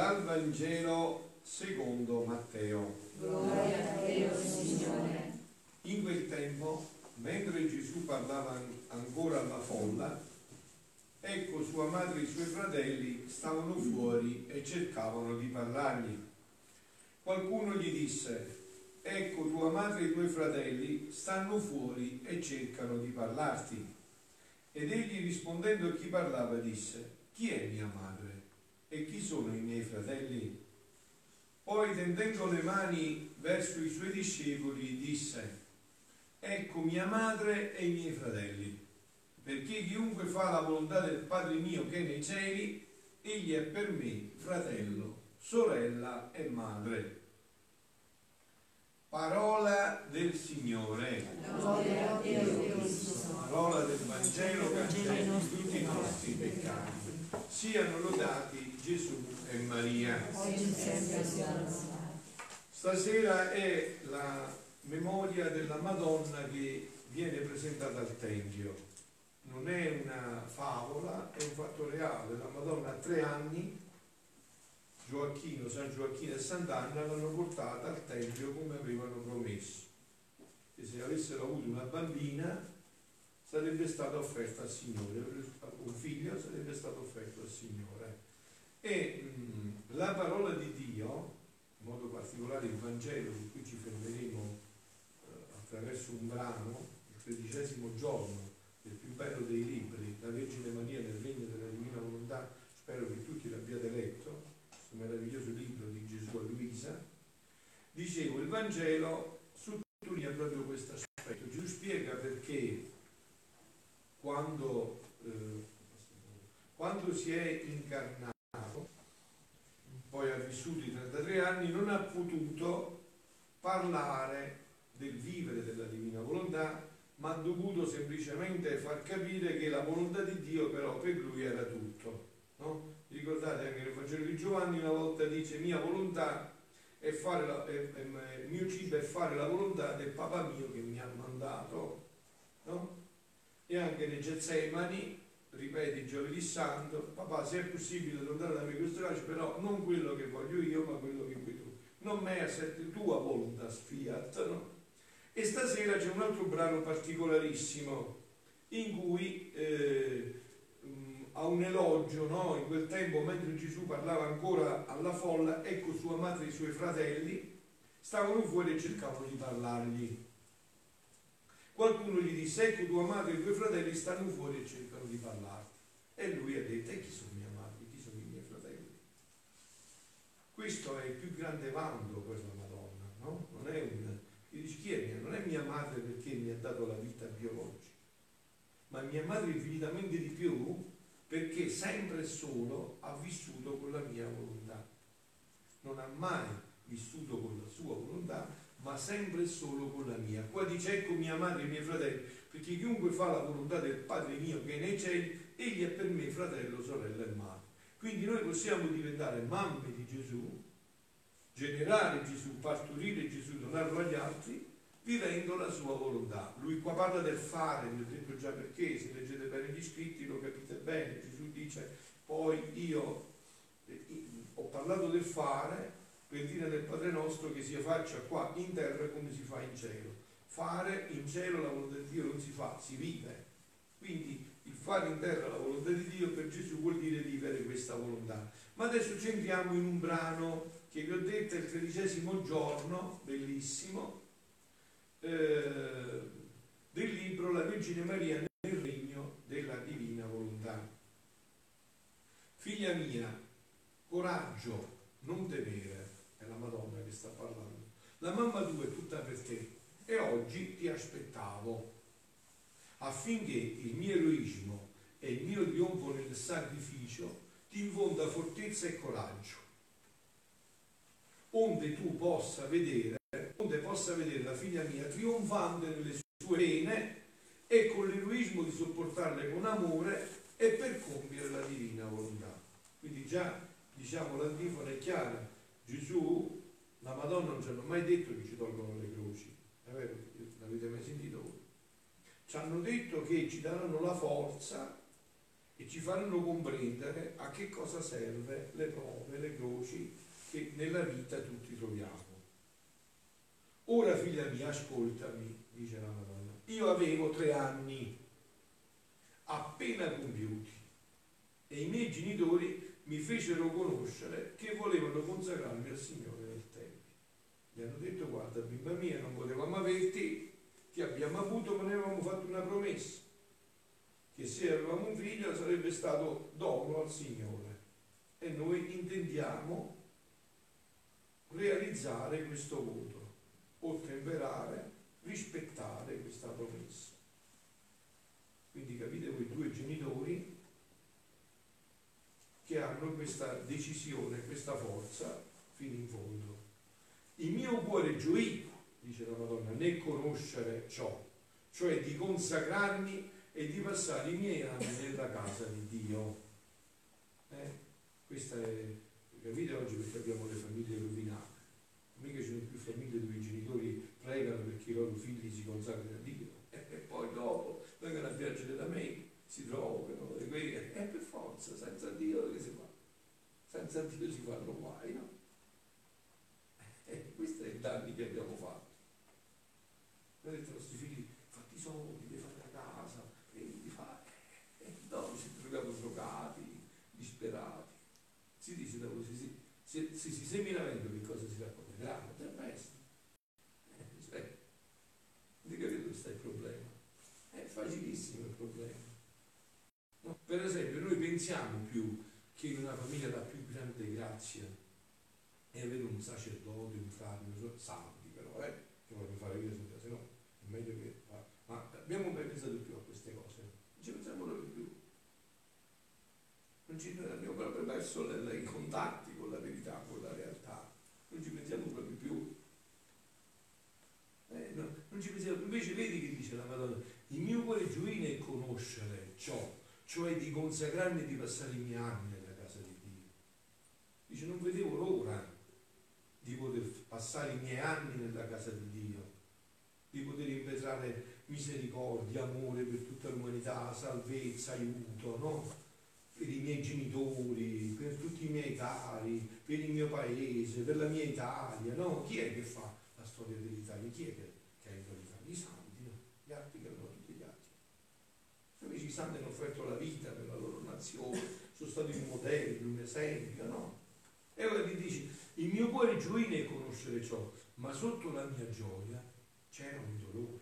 Dal Vangelo secondo Matteo. Gloria a te, Signore. In quel tempo, mentre Gesù parlava ancora alla folla, ecco sua madre e i suoi fratelli stavano fuori e cercavano di parlargli. Qualcuno gli disse: ecco tua madre e i tuoi fratelli stanno fuori e cercano di parlarti. Ed egli, rispondendo a chi parlava, disse: chi è mia madre e chi sono i miei fratelli? Poi, tendendo le mani verso i suoi discepoli, disse: ecco mia madre e i miei fratelli, perché chiunque fa la volontà del Padre mio che è nei cieli, egli è per me fratello, sorella e madre. Parola del Signore. Gloria a te, Cristo. Parola del Vangelo che cancelli tutti i nostri peccati. Siano lodati Gesù e Maria. Oggi sempre sia lodato. Stasera è la memoria della Madonna che viene presentata al Tempio. Non è una favola, è un fatto reale. La Madonna a 3 anni, San Gioacchino e Sant'Anna l'hanno portata al Tempio come avevano promesso. E se avessero avuto una bambina sarebbe stata offerta al Signore, un figlio sarebbe stato offerto al Signore. E la parola di Dio, in modo particolare il Vangelo, di cui ci fermeremo attraverso un brano, il 13° giorno del più bello dei libri, la Vergine Maria nel regno della Divina Volontà, spero che tutti l'abbiate letto, questo meraviglioso libro di Gesù a Luisa. Dicevo, il Vangelo sottolinea proprio questo aspetto. Gesù spiega perché quando si è incarnato, poi ha vissuto i 33 anni, non ha potuto parlare del vivere della Divina Volontà, ma ha dovuto semplicemente far capire che la volontà di Dio però per lui era tutto, no? Ricordate anche nel Vangelo di Giovanni una volta dice: mia volontà è mio cibo è fare la volontà del papà mio che mi ha mandato, no? E anche nei Getsemani ripete il giovedì santo: papà, se è possibile andare da me questo calcio, però non quello che voglio io ma quello che vuoi tu, non me sette tua volontà fiat, no? E stasera c'è un altro brano particolarissimo in cui ha un elogio, no? In quel tempo, mentre Gesù parlava ancora alla folla, ecco sua madre e i suoi fratelli stavano fuori e cercavano di parlargli. Qualcuno gli disse: ecco tua madre e i tuoi fratelli stanno fuori e cercano di parlarti. E lui ha detto: e chi sono mia madre, chi sono i miei fratelli? Questo è il più grande vanto per la Madonna, no? Non è chi è mia? Non è mia madre perché mi ha dato la vita biologica, ma mia madre infinitamente di più perché sempre e solo ha vissuto con la mia volontà. Non ha mai vissuto con la sua volontà, ma sempre e solo con la mia. Qua dice: ecco mia madre e i miei fratelli, perché chiunque fa la volontà del Padre mio che è nei cieli, egli è per me fratello, sorella e madre. Quindi noi possiamo diventare mamme di Gesù, generare Gesù, partorire Gesù, donarlo agli altri, vivendo la sua volontà. Lui qua parla del fare, vi ho detto già perché, se leggete bene gli scritti lo capite bene. Gesù dice: poi io ho parlato del fare per dire nel Padre nostro che si faccia qua in terra come si fa in cielo. Fare in cielo la volontà di Dio non si fa, si vive. Quindi il fare in terra la volontà di Dio per Gesù vuol dire vivere questa volontà. Ma adesso ci entriamo in un brano che vi ho detto è il 13° giorno, bellissimo, del libro La Vergine Maria nel regno della Divina Volontà. Figlia mia, coraggio, non temere, è la Madonna che sta parlando. La mamma tua è tutta per te e oggi ti aspettavo affinché il mio eroismo e il mio trionfo nel sacrificio ti infonda fortezza e coraggio, onde possa vedere la figlia mia trionfante nelle sue pene e con l'eroismo di sopportarle con amore e per compiere la divina volontà. Quindi già, diciamo, l'antifona è chiara. Gesù, la Madonna non ci hanno mai detto che ci tolgono le croci, è vero? L'avete mai sentito voi? Ci hanno detto che ci daranno la forza e ci fanno comprendere a che cosa serve le prove, le croci che nella vita tutti troviamo. Ora figlia mia, ascoltami, dice la Madonna, io avevo 3 anni appena compiuti e i miei genitori mi fecero conoscere che volevano consacrarmi al Signore nel Tempio. Mi hanno detto: guarda bimba mia, non potevamo averti, ti abbiamo avuto, ma ne avevamo fatto una promessa, che se avevamo un figlio sarebbe stato dono al Signore, e noi intendiamo realizzare questo voto, ottemperare, rispettare questa promessa. Quindi capite voi, 2 genitori che hanno questa decisione, questa forza fino in fondo. Il mio cuore gioì, dice la Madonna, nel conoscere ciò, cioè di consacrarmi e di passare i miei anni nella casa di Dio. Questa è, capite oggi perché abbiamo le famiglie rovinate? Mica ci sono più famiglie dove i genitori pregano perché i loro figli si consacrano a Dio e poi dopo vengono a piangere da me, si drogano e per forza, senza Dio che si fa? Senza Dio si fanno guai, no? Questo è il danno che abbiamo fatto. Noi detto ai nostri figli: fatti i soldi, devi fare la casa, prendi, fai. E dopo ci troviamo drogati, disperati. Si dice dopo, si semina vento, che cosa si racconteranno? Del resto. Di capire dove sta il problema? È facilissimo il problema. No? Per esempio, noi pensiamo più che in una famiglia la più grande grazia è avere un sacerdote, un frate, non so, santi però, che vogliono fare vita santa, se no è meglio che... Ma abbiamo mai pensato più a queste cose? Non ci pensiamo proprio più. Noi abbiamo proprio perso i contatti con la verità, con la realtà. Non ci pensiamo proprio più. No, non ci pensiamo. Invece vedi che dice la Madonna: il mio cuore gioì nel conoscere ciò, cioè di consacrarmi e di passare i miei anni nella casa di Dio. Dice: non vedevo l'ora di poter passare i miei anni nella casa di Dio, di poter impetrare misericordia, amore per tutta l'umanità, salvezza, aiuto, no? Per i miei genitori, per tutti i miei cari, per il mio paese, per la mia Italia, no? Chi è che fa la storia dell'Italia? Chi è che aiuta l'Italia? I santi, no? Gli altri che erano tutti gli altri. Invece i santi hanno offerto la vita per la loro nazione, sono stati un modello, un esempio, no? E ora ti dici: il mio cuore gioì nel conoscere ciò, ma sotto la mia gioia c'era un dolore.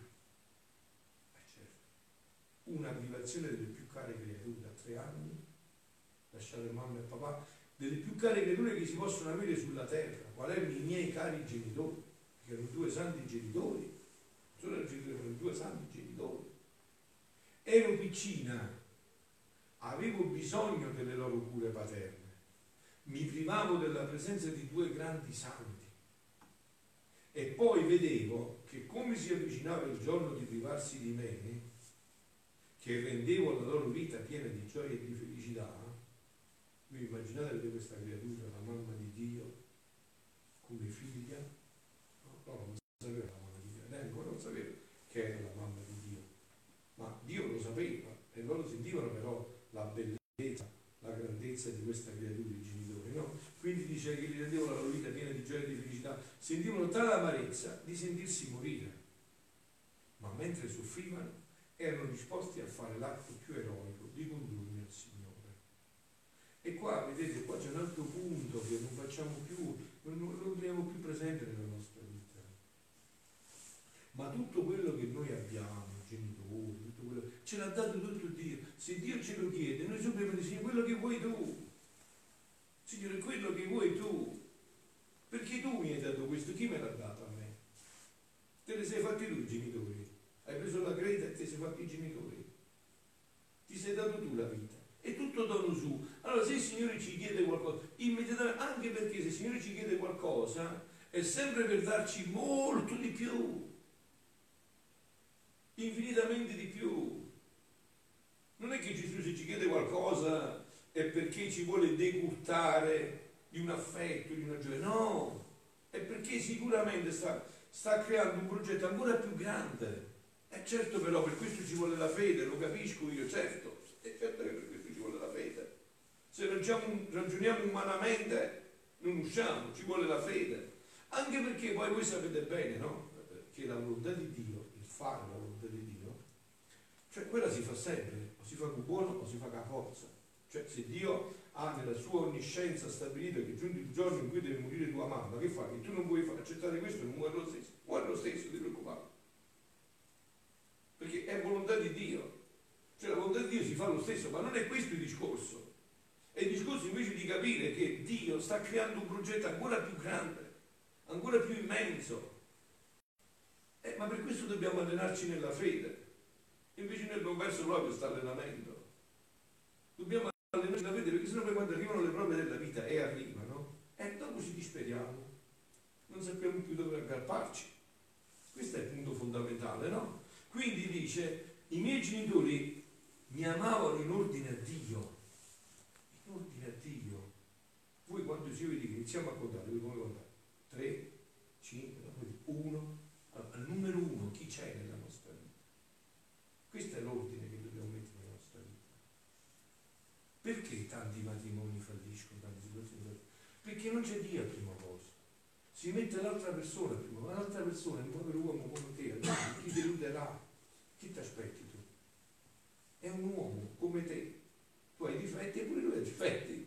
Certo. Una privazione delle più care creature a 3 anni, lasciare mamma e papà, delle più care creature che si possono avere sulla terra. Qual erano i miei cari genitori? Che erano 2 santi genitori. Non solo erano genitori, erano 2 santi genitori. Ero piccina, avevo bisogno delle loro cure paterne. Mi privavo della presenza di 2 grandi santi e poi vedevo che come si avvicinava il giorno di privarsi di me, che rendevo la loro vita piena di gioia e di felicità. Voi immaginate questa creatura, la mamma di Dio, come figlia? No, non sapeva la mamma di Dio, neanche non sapeva che era la mamma di Dio, ma Dio lo sapeva e loro sentivano però la bellezza, la grandezza di questa creatura, i genitori, no? Quindi dice che li rendevano la loro vita piena di gioia e di felicità, sentivano tale amarezza di sentirsi morire, ma mentre soffrivano erano disposti a fare l'atto più eroico di condurmi al Signore. E qua, vedete, qua c'è un altro punto che non facciamo più, non lo teniamo più presente nella nostra vita. Ma tutto quello che noi abbiamo, genitori, tutto quello, ce l'ha dato tutto Dio. Se Dio ce lo chiede, noi dobbiamo dire: Signore, quello che vuoi tu. Signore, quello che vuoi tu. Perché tu mi hai dato questo, chi me l'ha dato a me? Te ne sei fatti tu i genitori. Hai preso la creta e ti sei fatti i genitori. Ti sei dato tu la vita. È tutto dono su. Allora se il Signore ci chiede qualcosa, immediatamente, anche perché se il Signore ci chiede qualcosa, è sempre per darci molto di più. Infinitamente di più. Non è che Gesù, se ci chiede qualcosa, è perché ci vuole decurtare di un affetto, di una gioia. No, è perché sicuramente sta creando un progetto ancora più grande. E certo, però per questo ci vuole la fede, lo capisco io, certo. E certo che per questo ci vuole Se ragioniamo umanamente non usciamo, ci vuole la fede. Anche perché poi voi sapete bene, no? Che la volontà di Dio, il fare la volontà di Dio, cioè quella si fa sempre, o si fa con buono o si fa con la forza. Cioè se Dio ha nella sua onniscienza stabilito che è giunto il giorno in cui deve morire tua mamma, che fa? Che tu non vuoi accettare questo, non muori lo stesso, ti preoccupare. Perché è volontà di Dio. Cioè la volontà di Dio si fa lo stesso, ma non è questo il discorso. È il discorso invece di capire che Dio sta creando un progetto ancora più grande, ancora più immenso. Ma per questo dobbiamo allenarci nella fede. Invece noi abbiamo perso proprio questo allenamento. Dobbiamo allenarci nella fede, perché sennò poi quando arrivano le prove della vita, e arrivano, dopo ci disperiamo. Non sappiamo più dove aggrapparci. Questo è il punto fondamentale, no? Quindi dice, i miei genitori mi amavano in ordine a Dio. In ordine a Dio. Voi quando ci vedi che iniziamo a contare, voi come contate? 3, 5, 1. Al numero 1 chi c'è nella nostra vita? Questo è l'ordine che dobbiamo mettere nella nostra vita. Perché tanti matrimoni falliscono, tante situazioni? Perché non c'è Dio al primo posto. Si mette l'altra persona al primo posto, ma l'altra persona è un povero uomo come te, chi deluderà? Chi ti aspetti tu? È un uomo come te. Tu hai difetti e pure lui ha difetti.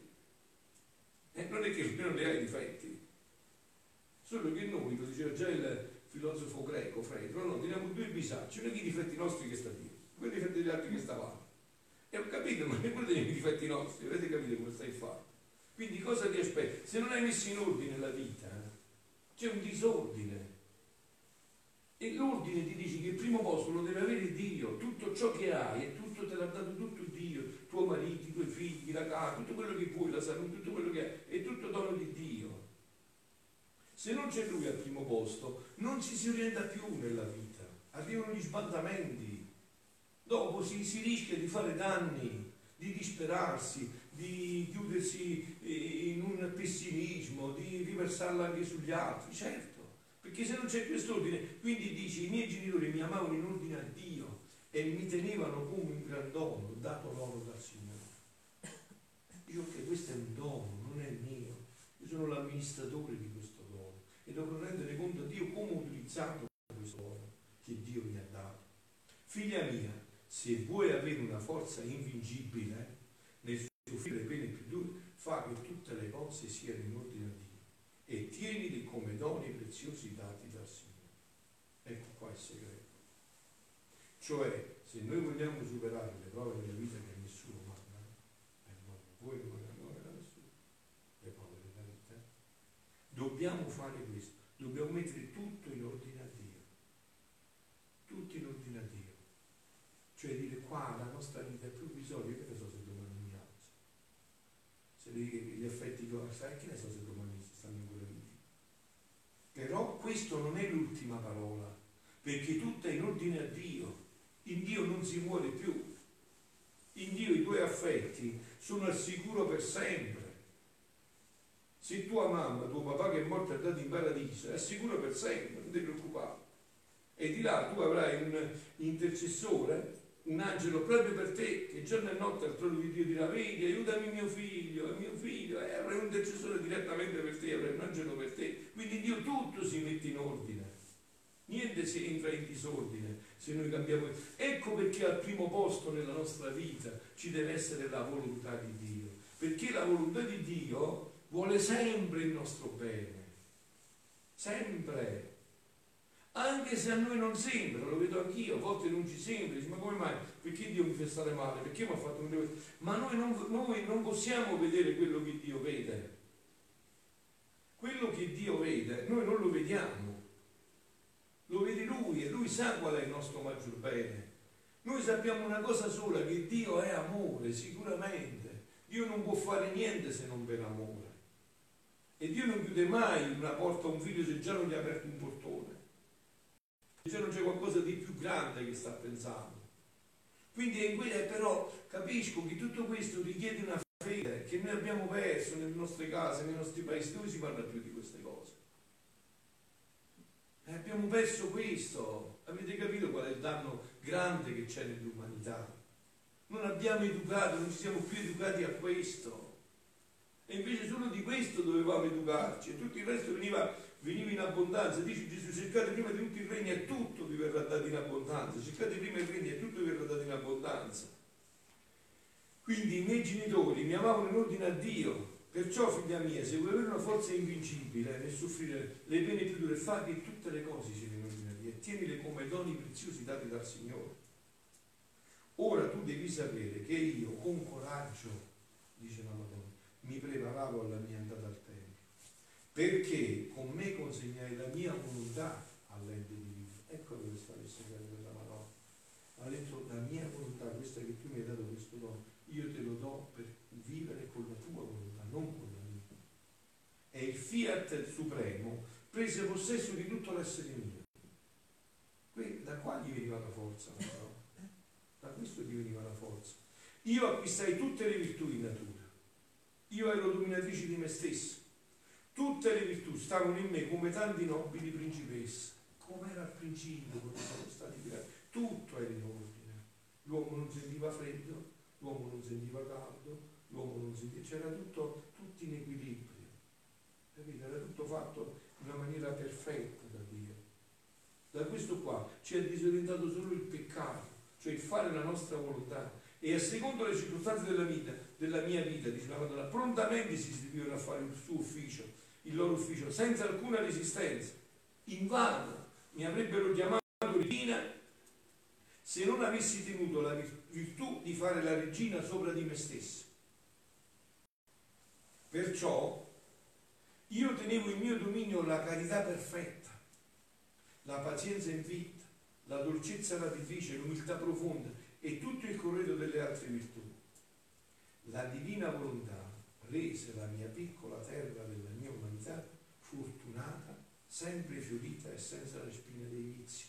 Non è che lui non ne ha i difetti. Solo che noi, lo diceva già il filosofo greco Fredro, no, teniamo due bisacci, uno che i difetti nostri che sta Dio, quelli i difetti degli altri che sta là. E ho capito, ma neppure teniamo i difetti nostri, avete capito come stai a fare? Quindi cosa ti aspetti? Se non hai messo in ordine la vita, c'è un disordine. E l'ordine ti dice che il primo posto lo deve avere Dio, tutto ciò che hai, e tutto te l'ha dato tutto Dio, tuo marito, i tuoi figli, la casa, tutto quello che vuoi, la salute, tutto quello che hai, è tutto dono di Dio. Se non c'è Lui al primo posto, non ci si orienta più nella vita, arrivano gli sbandamenti, dopo si rischia di fare danni, di disperarsi, di chiudersi in un pessimismo, di riversarla anche sugli altri, certo, perché se non c'è quest'ordine, quindi dici, i miei genitori mi amavano in ordine a Dio e mi tenevano come un gran dono dato loro dal Signore. Io che questo è un dono, non è mio, io sono l'amministratore di questo dono e dovrò rendere conto a Dio come ho utilizzato questo dono che Dio mi ha dato. Figlia mia, se vuoi avere una forza invincibile nel soffrire le pene più dure, fa che tutte le cose siano in ordine a Dio e tienili come doni preziosi dati dal Signore. Ecco qua il segreto. Cioè, se noi vogliamo superare le prove della vita che nessuno manda, voi non mandano da nessuno, le prove della vita, dobbiamo fare questo, dobbiamo mettere tutto in ordine a Dio. Tutto in ordine a Dio. Cioè dire qua la nostra vita è più bisogno, che ne so se domani mi alzo. Se gli affetti che ho, sai che ne so se domani stanno ancora vivi. Però questo non è l'ultima parola, perché tutto è in ordine a Dio. In Dio non si muore più. In Dio i tuoi affetti sono al sicuro per sempre. Se tua mamma, tuo papà che è morto e è andato in paradiso, è al sicuro per sempre, non ti preoccupare. E di là tu avrai un intercessore, un angelo proprio per te, che giorno e notte al trono di Dio dirà, vedi, aiutami mio figlio, avrai un intercessore direttamente per te, avrai un angelo per te. Quindi Dio tutto si mette in ordine. Niente si entra in disordine se noi cambiamo. Ecco perché al primo posto nella nostra vita ci deve essere la volontà di Dio, perché la volontà di Dio vuole sempre il nostro bene, sempre, anche se a noi non sembra, lo vedo anch'io, a volte non ci sembra, dici, ma come mai? Perché Dio mi fa stare male? Perché mi ha fatto un... Ma noi non possiamo vedere quello che Dio vede. Quello che Dio vede noi non lo vediamo, lo vede Lui e Lui sa qual è il nostro maggior bene. Noi sappiamo una cosa sola, che Dio è amore, sicuramente. Dio non può fare niente se non per amore. E Dio non chiude mai una porta a un figlio se già non gli ha aperto un portone. Se già non c'è qualcosa di più grande che sta pensando. Quindi però capisco che tutto questo richiede una fede che noi abbiamo perso nelle nostre case, nei nostri paesi. Dove si parla più di queste cose? Abbiamo perso questo. Avete capito qual è il danno grande che c'è nell'umanità? Non abbiamo educato, non ci siamo più educati a questo. E invece solo di questo dovevamo educarci, e tutto il resto veniva in abbondanza. Dice Gesù: cercate prima di tutto il regno e tutto vi verrà dato in abbondanza. Cercate prima il regno e tutto vi verrà dato in abbondanza. Quindi i miei genitori mi amavano in ordine a Dio. Perciò, figlia mia, se vuoi avere una forza invincibile nel soffrire le pene più dure, fa che tutte le cose siano in ordine a Dio e tienile come doni preziosi dati dal Signore. Ora tu devi sapere che io con coraggio, dice la Madonna, mi preparavo alla mia andata al Tempio, perché con me consegnai la mia volontà all'ente divino. Ecco dove sta l'insegnamento della Madonna. Ha detto: la mia volontà, questa che tu mi hai dato questo dono, io te lo do per vivere con la tua volontà, non con la mia. E il fiat supremo prese possesso di tutto l'essere mio. Da qua gli veniva la forza, no? Da questo gli veniva la forza. Io acquistai tutte le virtù in natura. Io ero dominatrice di me stesso. Tutte le virtù stavano in me come tanti nobili principesse. Come era al principio, quando sono stati creati. Tutto era in ordine. L'uomo non sentiva freddo, l'uomo non sentiva caldo, l'uomo non sentiva... C'era tutto in equilibrio. Capite? Era tutto fatto in una maniera perfetta da Dio. Da questo qua ci ha disorientato solo il peccato, cioè il fare la nostra volontà, e a secondo le circostanze della mia vita, dice la Madonna, prontamente si istituivano a fare il suo ufficio, il loro ufficio, senza alcuna resistenza. Invano mi avrebbero chiamato regina se non avessi tenuto la virtù di fare la regina sopra di me stesso. Perciò io tenevo in mio dominio la carità perfetta, la pazienza infinita, la dolcezza raditrice, l'umiltà profonda e tutto il corredo delle altre virtù. La divina volontà rese la mia piccola terra della mia umanità fortunata, sempre fiorita e senza la spina dei vizi.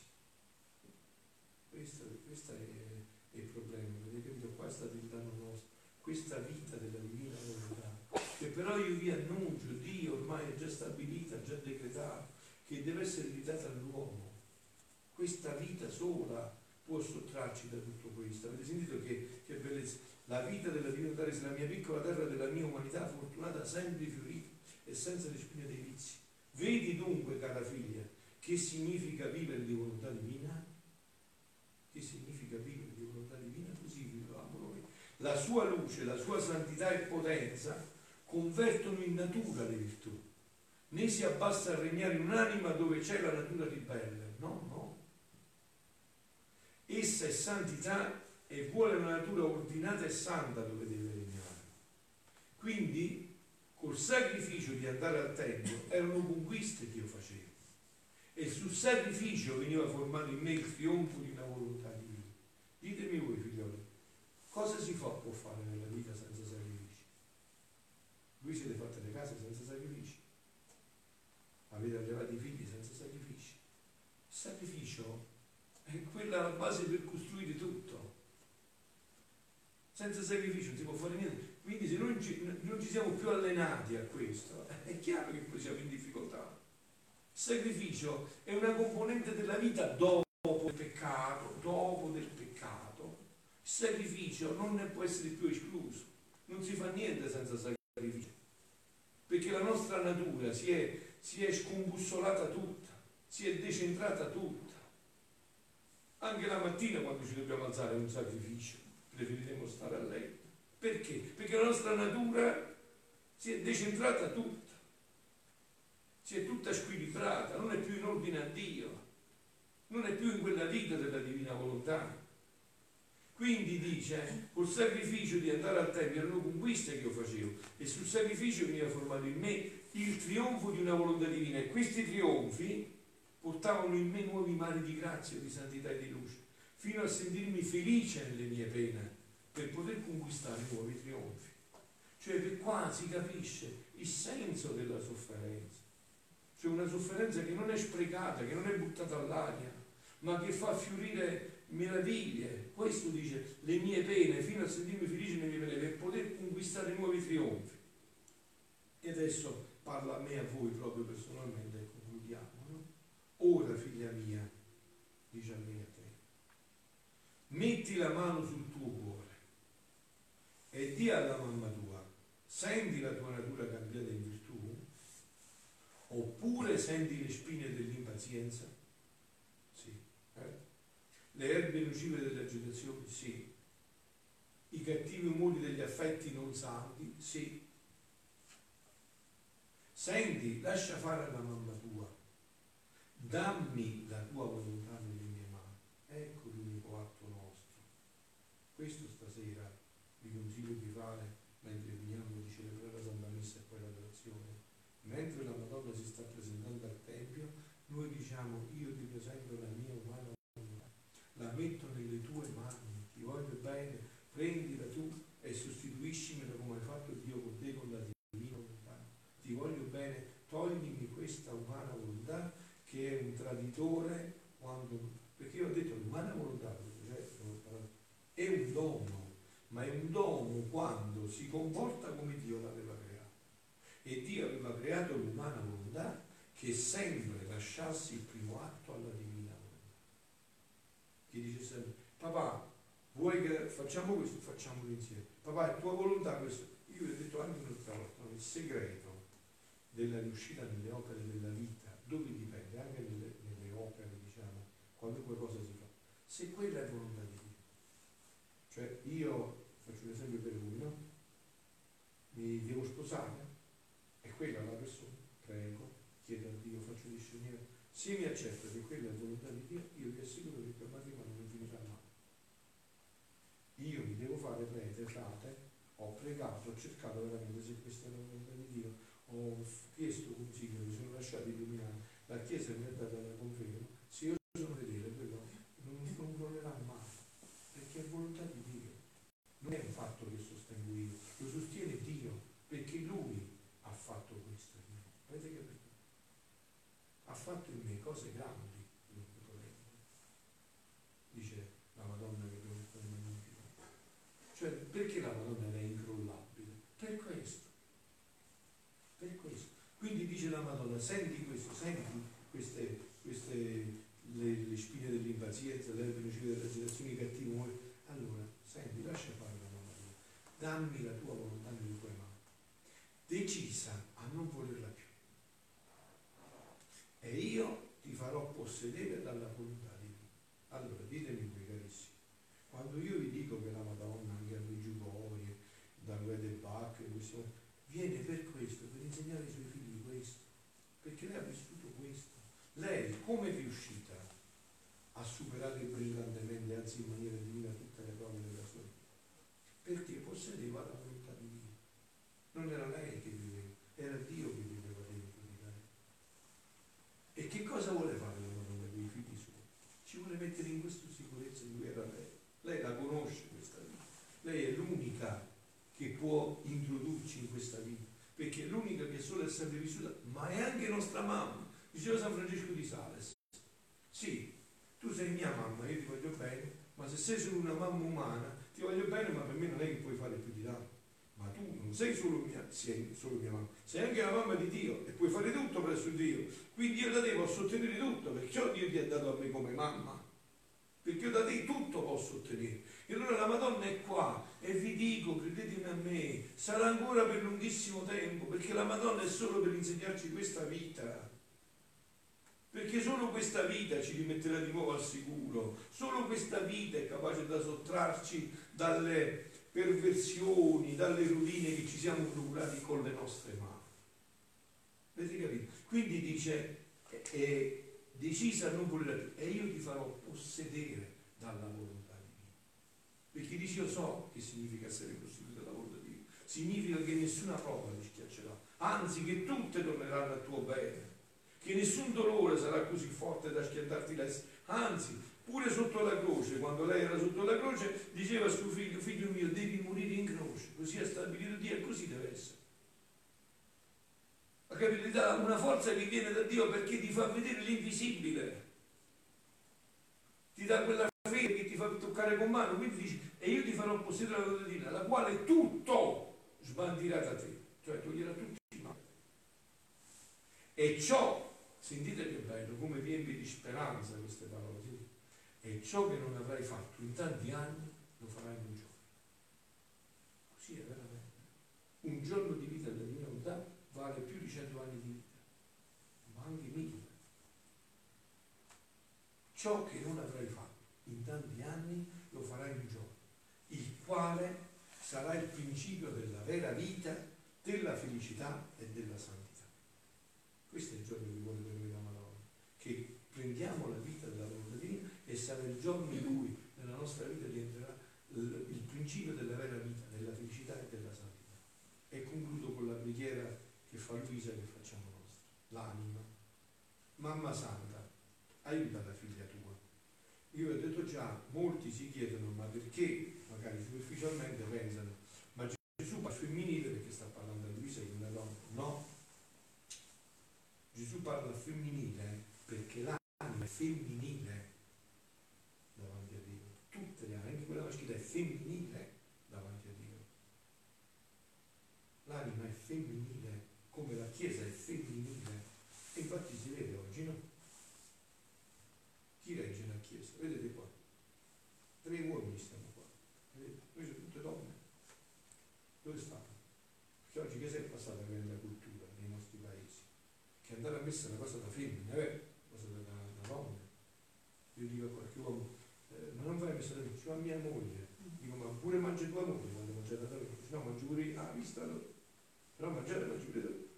Questo è il problema, avete capito? Qua sta diventando nostro, questa vita della divina volontà, che però io vi annuncio, Dio ormai è già stabilita, già decretato, che deve essere data all'uomo. Questa vita sola può sottrarci da tutto questo. Avete sentito che bellezza? La vita della divinità resa la mia piccola terra della mia umanità fortunata, sempre fiorita e senza le spine dei vizi. Vedi dunque, cara figlia, che significa vivere di volontà divina? Che significa vivere di volontà divina? Così vivevamo noi. La sua luce, la sua santità e potenza convertono in natura le virtù. Né si abbassa a regnare in un'anima dove c'è la natura ribelle. No, no. Essa è santità e vuole una natura ordinata e santa dove deve regnare. Quindi, col sacrificio di andare al Tempio, erano conquiste che io facevo. E sul sacrificio veniva formato in me il trionfo di una volontà divina. Ditemi voi, figlioli, cosa può fare nella vita senza sacrifici? Voi siete fatti le case senza sacrifici? Avete allevato i figli senza sacrifici? Il sacrificio è quella la base per costruire tutto. Senza sacrificio non si può fare niente. Quindi se non ci siamo più allenati a questo, è chiaro che poi siamo in difficoltà. Il sacrificio è una componente della vita dopo il peccato, dopo del peccato. Il sacrificio non ne può essere più escluso. Non si fa niente senza sacrificio. Perché la nostra natura si è scombussolata tutta, si è decentrata tutta. Anche la mattina quando ci dobbiamo alzare è un sacrificio, preferiremo stare a letto. Perché? Perché la nostra natura si è decentrata tutta, si è tutta squilibrata, non è più in ordine a Dio, non è più in quella vita della divina volontà. Quindi dice, col sacrificio di andare al Tempio erano conquiste che io facevo, e sul sacrificio veniva formato in me il trionfo di una volontà divina, e questi trionfi portavano in me nuovi mari di grazia, di santità e di luce, fino a sentirmi felice nelle mie pene, per poter conquistare nuovi trionfi. Cioè, per qua si capisce il senso della sofferenza. Cioè una sofferenza che non è sprecata, che non è buttata all'aria, ma che fa fiorire meraviglie. Questo dice, le mie pene, fino a sentirmi felice nelle mie pene, per poter conquistare nuovi trionfi. E adesso parla a me e a voi proprio personalmente, e concludiamo, no? Ora, figlia mia, dice a me e a te, metti la mano sul tuo cuore e di alla mamma tua, Senti la tua natura cambiata in virtù? Oppure senti le spine dell'impazienza? Sì. Le erbe nocive dell'agitazione? Sì. I cattivi umori degli affetti non santi? Sì. Senti, lascia fare alla mamma tua, dammi la tua volontà nelle mie mani. Ecco l'unico atto nostro. Questo stasera vi consiglio di fare mentre finiamo di celebrare la Santa Messa e poi l'adorazione. Mentre la Madonna si sta presentando al Tempio, noi diciamo: io ti presento la mia umana volontà, la metto nelle tue mani, ti voglio bene, prendila tu e sostituiscimela come hai fatto Dio con te con la divina volontà. Ti voglio bene, toglimi questa umana volontà che è un traditore, perché io ho detto l'umana volontà, cioè, è un dono, ma è un dono quando si comporta come Dio l'aveva creato. E Dio aveva creato l'umana volontà che sempre lasciasse il primo atto alla divina volontà. Che dice sempre: papà, vuoi che facciamo questo? Facciamolo insieme. Papà, è tua volontà questo? Io vi ho detto anche un'altra volta, il segreto della riuscita nelle opere della vita, dove dipende, anche nelle opere, diciamo, qualunque cosa si fa, se quella è volontà di Dio. Cioè, io faccio un esempio per voi, no? Mi devo sposare, e quella è la persona, prego, chiedo a Dio, faccio discernere, se mi accetta che quella è volontà di Dio, io vi assicuro che il matrimonio non finirà mai. Io mi devo fare prete, frate, ho pregato, ho cercato veramente se questa è la volontà di Dio, ho chiesto consiglio, mi sono lasciato illuminare, la Chiesa mi ha dato la conferma, se io sono fedele, quello non crollerà mai, perché è volontà di Dio, non è un fatto che sostengo io, lo sostiene Dio, perché Lui ha fatto questo in me. Avete capito? Ha fatto in me cose grandi, dice la Madonna che abbiamo fatto in Magnifico. Cioè, perché la Madonna è incrollabile? Per questo. Per questo. Quindi dice la Madonna: senti questo, senti le spine dell'impazienza, le erbe nocive delle agitazioni cattive. Allora, senti, lascia fare la mamma tua, dammi la tua volontà nelle tue mani, decisa a non volerla più, e io ti farò possedere dalla volontà di Dio. Allora, ditemi voi carissimi, quando io vi dico che la Madonna, anche a Meggiugorie, da Guede Bach, viene per questo, per insegnare ai suoi figli questo, perché lei ha vissuto questo. Lei come è riuscita a superare brillantemente, anzi in maniera divina, tutte le prove della sua vita? Perché possedeva la volontà di Dio. Non era lei che viveva, era Dio che viveva dentro di lei. E che cosa vuole fare la Madonna con i figli suoi? Ci vuole mettere in questa sicurezza in cui era lei. Lei la conosce questa vita. Lei è l'unica che può introdurci in questa vita, perché è l'unica che solo è sempre vissuta, ma è anche nostra mamma. Diceva San Francesco di Sales: sì, tu sei mia mamma, io ti voglio bene, ma se sei solo una mamma umana, ti voglio bene, ma per me non è che puoi fare più di tanto. Ma tu non sei solo mia mamma, sei anche la mamma di Dio e puoi fare tutto presso Dio. Quindi io da te posso ottenere tutto, perciò Dio ti ha dato a me come mamma, perché io da te tutto posso ottenere. E allora la Madonna è qua e vi dico, credetemi a me, sarà ancora per lunghissimo tempo, perché la Madonna è solo per insegnarci questa vita. Perché solo questa vita ci rimetterà di nuovo al sicuro, solo questa vita è capace da sottrarci dalle perversioni, dalle rovine che ci siamo procurati con le nostre mani. Avete capito? Quindi dice, è decisa a non volere più, e io ti farò possedere dalla volontà di Dio. Perché dice: io so che significa essere posseduto dalla volontà di Dio. Significa che nessuna prova ti schiaccerà, anzi che tutte torneranno a tuo bene, che nessun dolore sarà così forte da schiantarti l'essere, anzi, pure sotto la croce, quando lei era sotto la croce, diceva a suo figlio: figlio mio, devi morire in croce, così ha stabilito Dio e così deve essere. Ha capito? Ti dà una forza che viene da Dio, perché ti fa vedere l'invisibile, ti dà quella fede che ti fa toccare con mano, quindi dici: e io ti farò possedere la volontà divina, la quale tutto sbandirà da te, cioè toglierà tutti i mali. E ciò, sentite che bello, come riempie di speranza queste parole, sì? E ciò che non avrai fatto in tanti anni lo farai in un giorno. Così è veramente. Un giorno di vita della divina volontà vale più di 100 anni di vita, ma anche 1000. Ciò che non avrai fatto in tanti anni lo farai in un giorno, il quale sarà il principio della vera vita, della felicità e della santità. Questo è il giorno che vuole per noi la Madonna, che prendiamo la vita della volontà divina e sarà il giorno in cui nella nostra vita diventerà il principio della vera vita, della felicità e della santità. E concludo con la preghiera che fa Luisa, che facciamo nostra. L'anima, mamma santa, aiuta la figlia tua. Io ho detto già, molti si chiedono, ma perché magari superficialmente pensano, ma Gesù parla femminile perché sta parlando a Luisa che è una donna? No, Gesù parla femminile perché l'anima è femminile davanti a Dio. Tutte le anime, anche quella maschile, è femminile davanti a Dio. L'anima è femminile, come la Chiesa è femminile. E infatti si vede oggi, no? Chi regge la Chiesa? Vedete qua. 3 uomini stanno qua. Vedete? Noi siamo tutte donne. Dove stanno? Perché oggi che si è passata nella cultura nei nostri paesi? Che andare a messa è una cosa da femmina, una cosa da donna. Io dico a qualche uomo, ma non fai messa da me, ci va mia moglie. Dico, ma pure mangia tua moglie quando mangiate da me? No, mangio pure io, vista allora. Però mangiare mangio pure tu.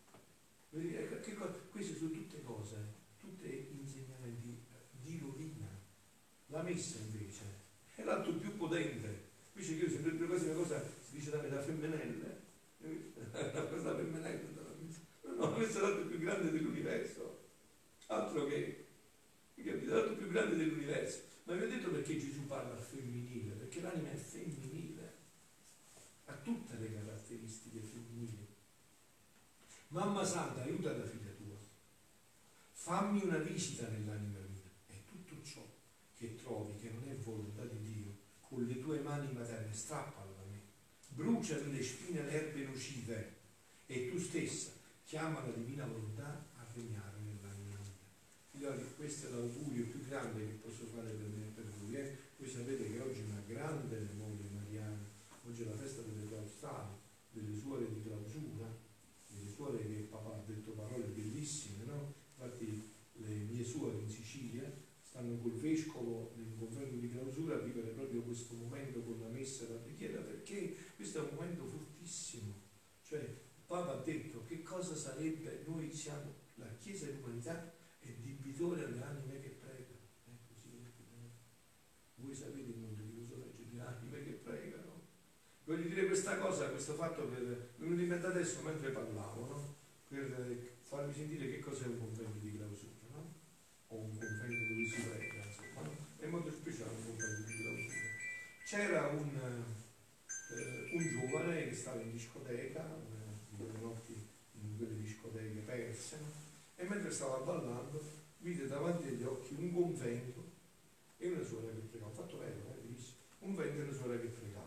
Queste sono tutte cose, tutte insegnamenti di rovina. La messa invece è l'atto più potente. Invece che io sempre quasi una cosa si dice da me da femminelle, una cosa femminelle dalla messa. No, la messa è l'atto più grande dell'universo. Altro che, capite, l'atto più grande dell'universo. Ma vi ho detto perché Gesù parla al femminile? Perché l'anima è femminile, ha tutte le caratteristiche femminili. Mamma Santa, aiuta la figlia tua, fammi una visita nell'anima mia e tutto ciò che trovi che non è volontà di Dio, con le tue mani materne strappalo da me, bruciami le spine e le erbe nocive e tu stessa chiama la divina volontà a regnare nell'anima mia. Figlioli, questo è l'augurio più grande che posso fare per me e per voi. Voi sapete che oggi è una grande memoria mariana, oggi è la festa delle clausali, delle suore di clausura, delle suore che papà ha detto parole bellissime, no? Infatti le mie suore in Sicilia stanno col vescovo nel convento di clausura a vivere proprio questo momento con la messa e la preghiera, perché questo è un momento fortissimo. Cioè Papa ha detto che cosa sarebbe, noi siamo la Chiesa dell'umanità e debitore alle anime che pregano. Così, voi sapete il mondo di cosa legge le anime che pregano. Voglio dire questa cosa, questo fatto mi è venuto in mente adesso mentre parlavo, no? Per farvi sentire che cos'è un convento di clausura, no? O un convento dove si prega, insomma, no? È molto speciale un convento di clausura. C'era un giovane che stava in discoteca, in quelle notti, in quelle discoteche perse, no? E mentre stava ballando vide davanti agli occhi un convento e una suora che pregava. Fatto vero, un convento e una suora che pregava.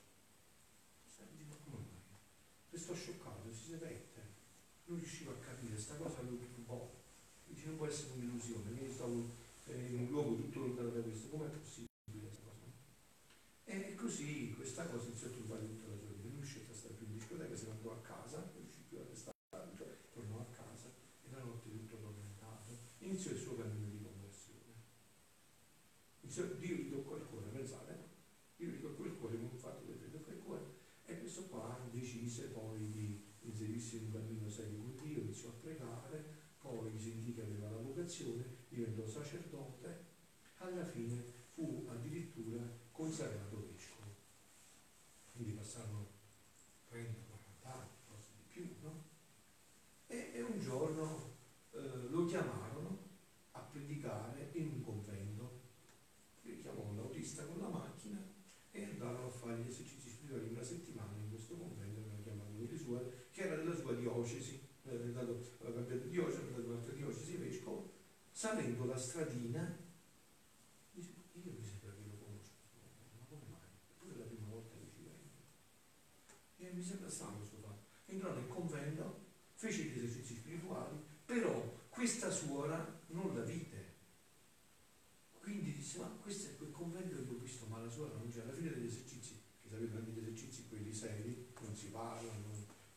Sto scioccato, si sedette, non riuscivo a capire, questa cosa lo turbò, dice non può essere un'illusione, io stavo in un luogo tutto lontano da questo, com'è possibile questa cosa? E così questa cosa iniziò a turbare tutta la sua vita, non riuscì a stare più in discoteca, se ne andò a casa, non riuscì più a restare, cioè, tornò a casa e la notte tutto tormentato, iniziò il suo cammino di conversione. Dio gli toccò il cuore, pensate, Dio gli toccò il cuore con un fatto che gli toccò il cuore. E questo qua decise poi di inserirsi in un cammino serio con Dio, iniziò a pregare, poi sentì che aveva la vocazione, diventò sacerdote, alla fine fu addirittura consacrato vescovo. Quindi passarono 30-40 anni, forse di più, no? E un giorno lo chiamarono a predicare in un convento, li chiamò l'autista con la macchina e andarono a fare gli esercizi spirituali una settimana in questo convento, che hanno chiamato delle suore, che era della sua diocesi, aveva cambiato diocesi, aveva dato un'altra diocesi vescovo, salendo la stradina, dice, io mi sembra che lo conosco, ma come mai? Eppure è la prima volta che ci vengo. E mi sembra strano questo fatto. Entrò nel convento, fece gli esercizi spirituali, però questa suora non la vide. Quindi disse, ma questo è quel convento che ho visto, ma la suora non c'è. Alla fine degli esercizi, che sapete anche gli esercizi quelli seri, non si parlano,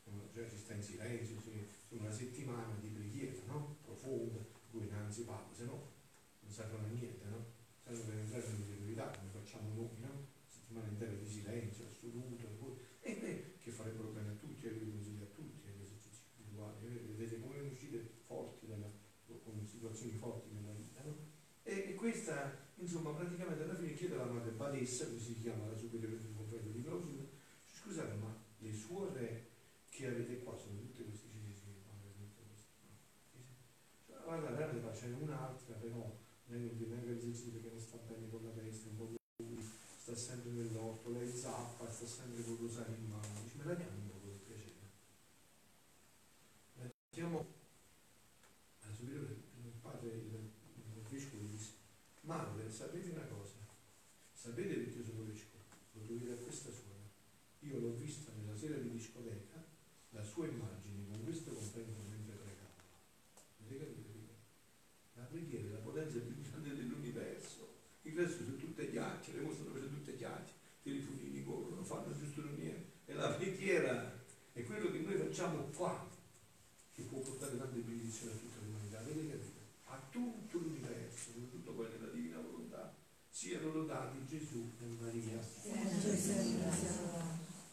insomma, praticamente alla fine chiede alla madre Badessa, così si chiama la superiore del convento di clausura, scusate, ma le suore che avete qua sono tutte queste cinesi che fanno tutte queste, no? Cioè, guarda, veramente ce n'è un'altra, però lei non viene esercito perché non sta bene con la testa, un po' lui, sta sempre nell'orto, lei zappa, sta sempre con il rosario in mano, dice, me la diamo un po' per piacere. Mettiamo alla superiore, il padre, il vescovo disse, madre, sapete una cosa? Sapete perché io sono vescovo? Lo dovete a questa suora. Io l'ho vista nella sera di discoteca, la sua immagine con questo compagno mentre pregava. Avete capito? La preghiera è la potenza più grande dell'universo. Il resto sono tutte chiacchiere, mostrano per tutte chiacchiere, i telefonini corrono, fanno giusto niente. E la preghiera è quello che noi facciamo qua, che può portare tante benedizioni a tutta l'umanità. Avete capito? A tutto l'universo, soprattutto poi nella divina volontà, siano lodati Gesù e Maria.